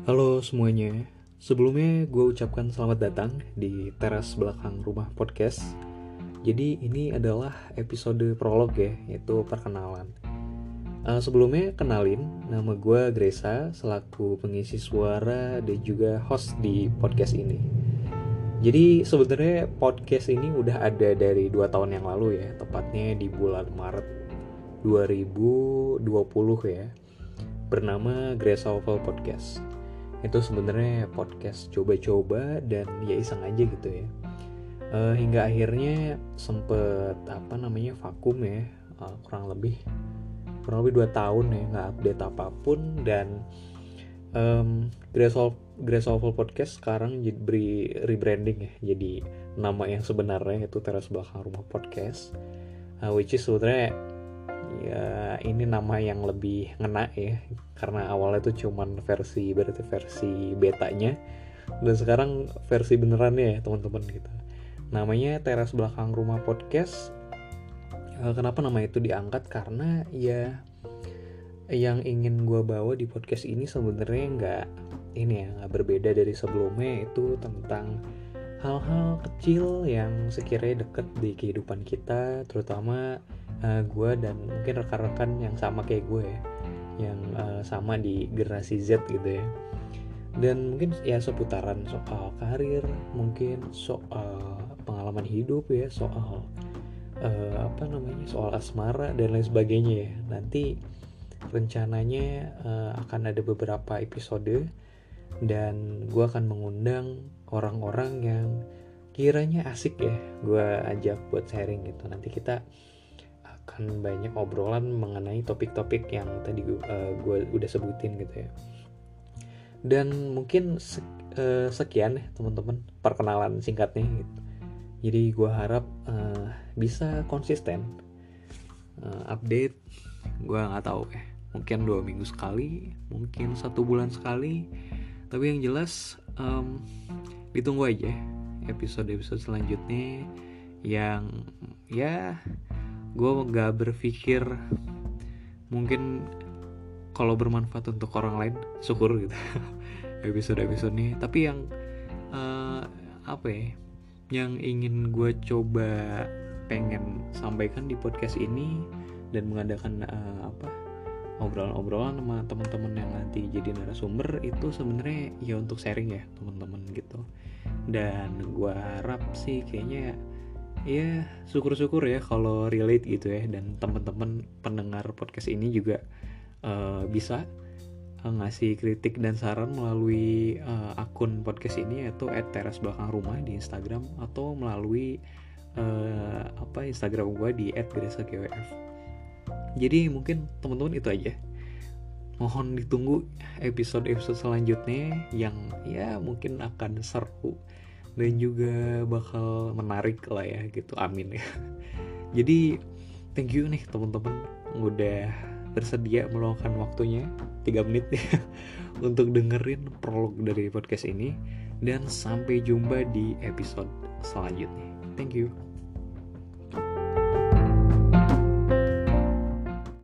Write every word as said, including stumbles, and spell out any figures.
Halo semuanya, sebelumnya gue ucapkan selamat datang di teras belakang rumah podcast. Jadi ini adalah episode prolog ya, yaitu perkenalan. uh, Sebelumnya kenalin, nama gue Gresa selaku pengisi suara dan juga host di podcast ini. Jadi sebenarnya podcast ini udah ada dari dua tahun yang lalu ya, tepatnya di bulan Maret dua ribu dua puluh ya, bernama Gresa Oval Podcast. Itu sebenarnya podcast coba-coba dan ya iseng aja gitu ya. Uh, hingga akhirnya sempet apa namanya vakum ya, uh, kurang lebih kurang lebih dua tahun ya nggak update apapun. Dan um, Grace Oval Podcast sekarang jadi beri rebranding ya, jadi nama yang sebenarnya itu Teras Belakang Rumah Podcast, uh, which is sebenarnya ya ini nama yang lebih ngena ya, karena awalnya tuh cuman versi berarti versi betanya, dan sekarang versi benerannya ya teman-teman gitu. Namanya Teras Belakang Rumah Podcast. Kenapa nama itu diangkat? Karena ya yang ingin gue bawa di podcast ini sebenarnya nggak ini ya nggak berbeda dari sebelumnya, itu tentang hal-hal kecil yang sekiranya deket di kehidupan kita, terutama uh, gue dan mungkin rekan-rekan yang sama kayak gue ya, yang uh, sama di generasi Z gitu ya. Dan mungkin ya seputaran soal karir, mungkin soal pengalaman hidup ya, soal uh, apa namanya soal asmara dan lain sebagainya ya. Nanti rencananya uh, akan ada beberapa episode dan gue akan mengundang orang-orang yang kiranya asik ya gue ajak buat sharing gitu. Nanti kita akan banyak obrolan mengenai topik-topik yang tadi gue, uh, gue udah sebutin gitu ya. Dan mungkin uh, sekian ya teman-teman perkenalan singkatnya gitu. Jadi gue harap uh, bisa konsisten uh, update. Gue nggak tahu ya, mungkin dua minggu sekali, mungkin satu bulan sekali. Tapi yang jelas um, ditunggu aja episode-episode selanjutnya yang ya gue gak berpikir mungkin kalau bermanfaat untuk orang lain syukur gitu episode-episode ini, tapi yang uh, apa ya yang ingin gue coba pengen sampaikan di podcast ini dan mengadakan uh, apa obrolan-obrolan sama teman-teman yang nanti jadi narasumber itu sebenarnya ya untuk sharing ya teman-teman gitu. Dan gue harap sih kayaknya ya syukur-syukur ya kalau relate gitu ya, dan teman-teman pendengar podcast ini juga uh, bisa uh, ngasih kritik dan saran melalui uh, akun podcast ini, yaitu et teras belakang rumah di Instagram, atau melalui uh, apa Instagram gue di et gresa g w f. Jadi mungkin teman-teman itu aja. Mohon ditunggu episode-episode selanjutnya yang ya mungkin akan seru dan juga bakal menarik lah ya gitu. Amin ya. Jadi thank you nih teman-teman udah bersedia meluangkan waktunya tiga menit ya untuk dengerin prolog dari podcast ini, dan sampai jumpa di episode selanjutnya. Thank you.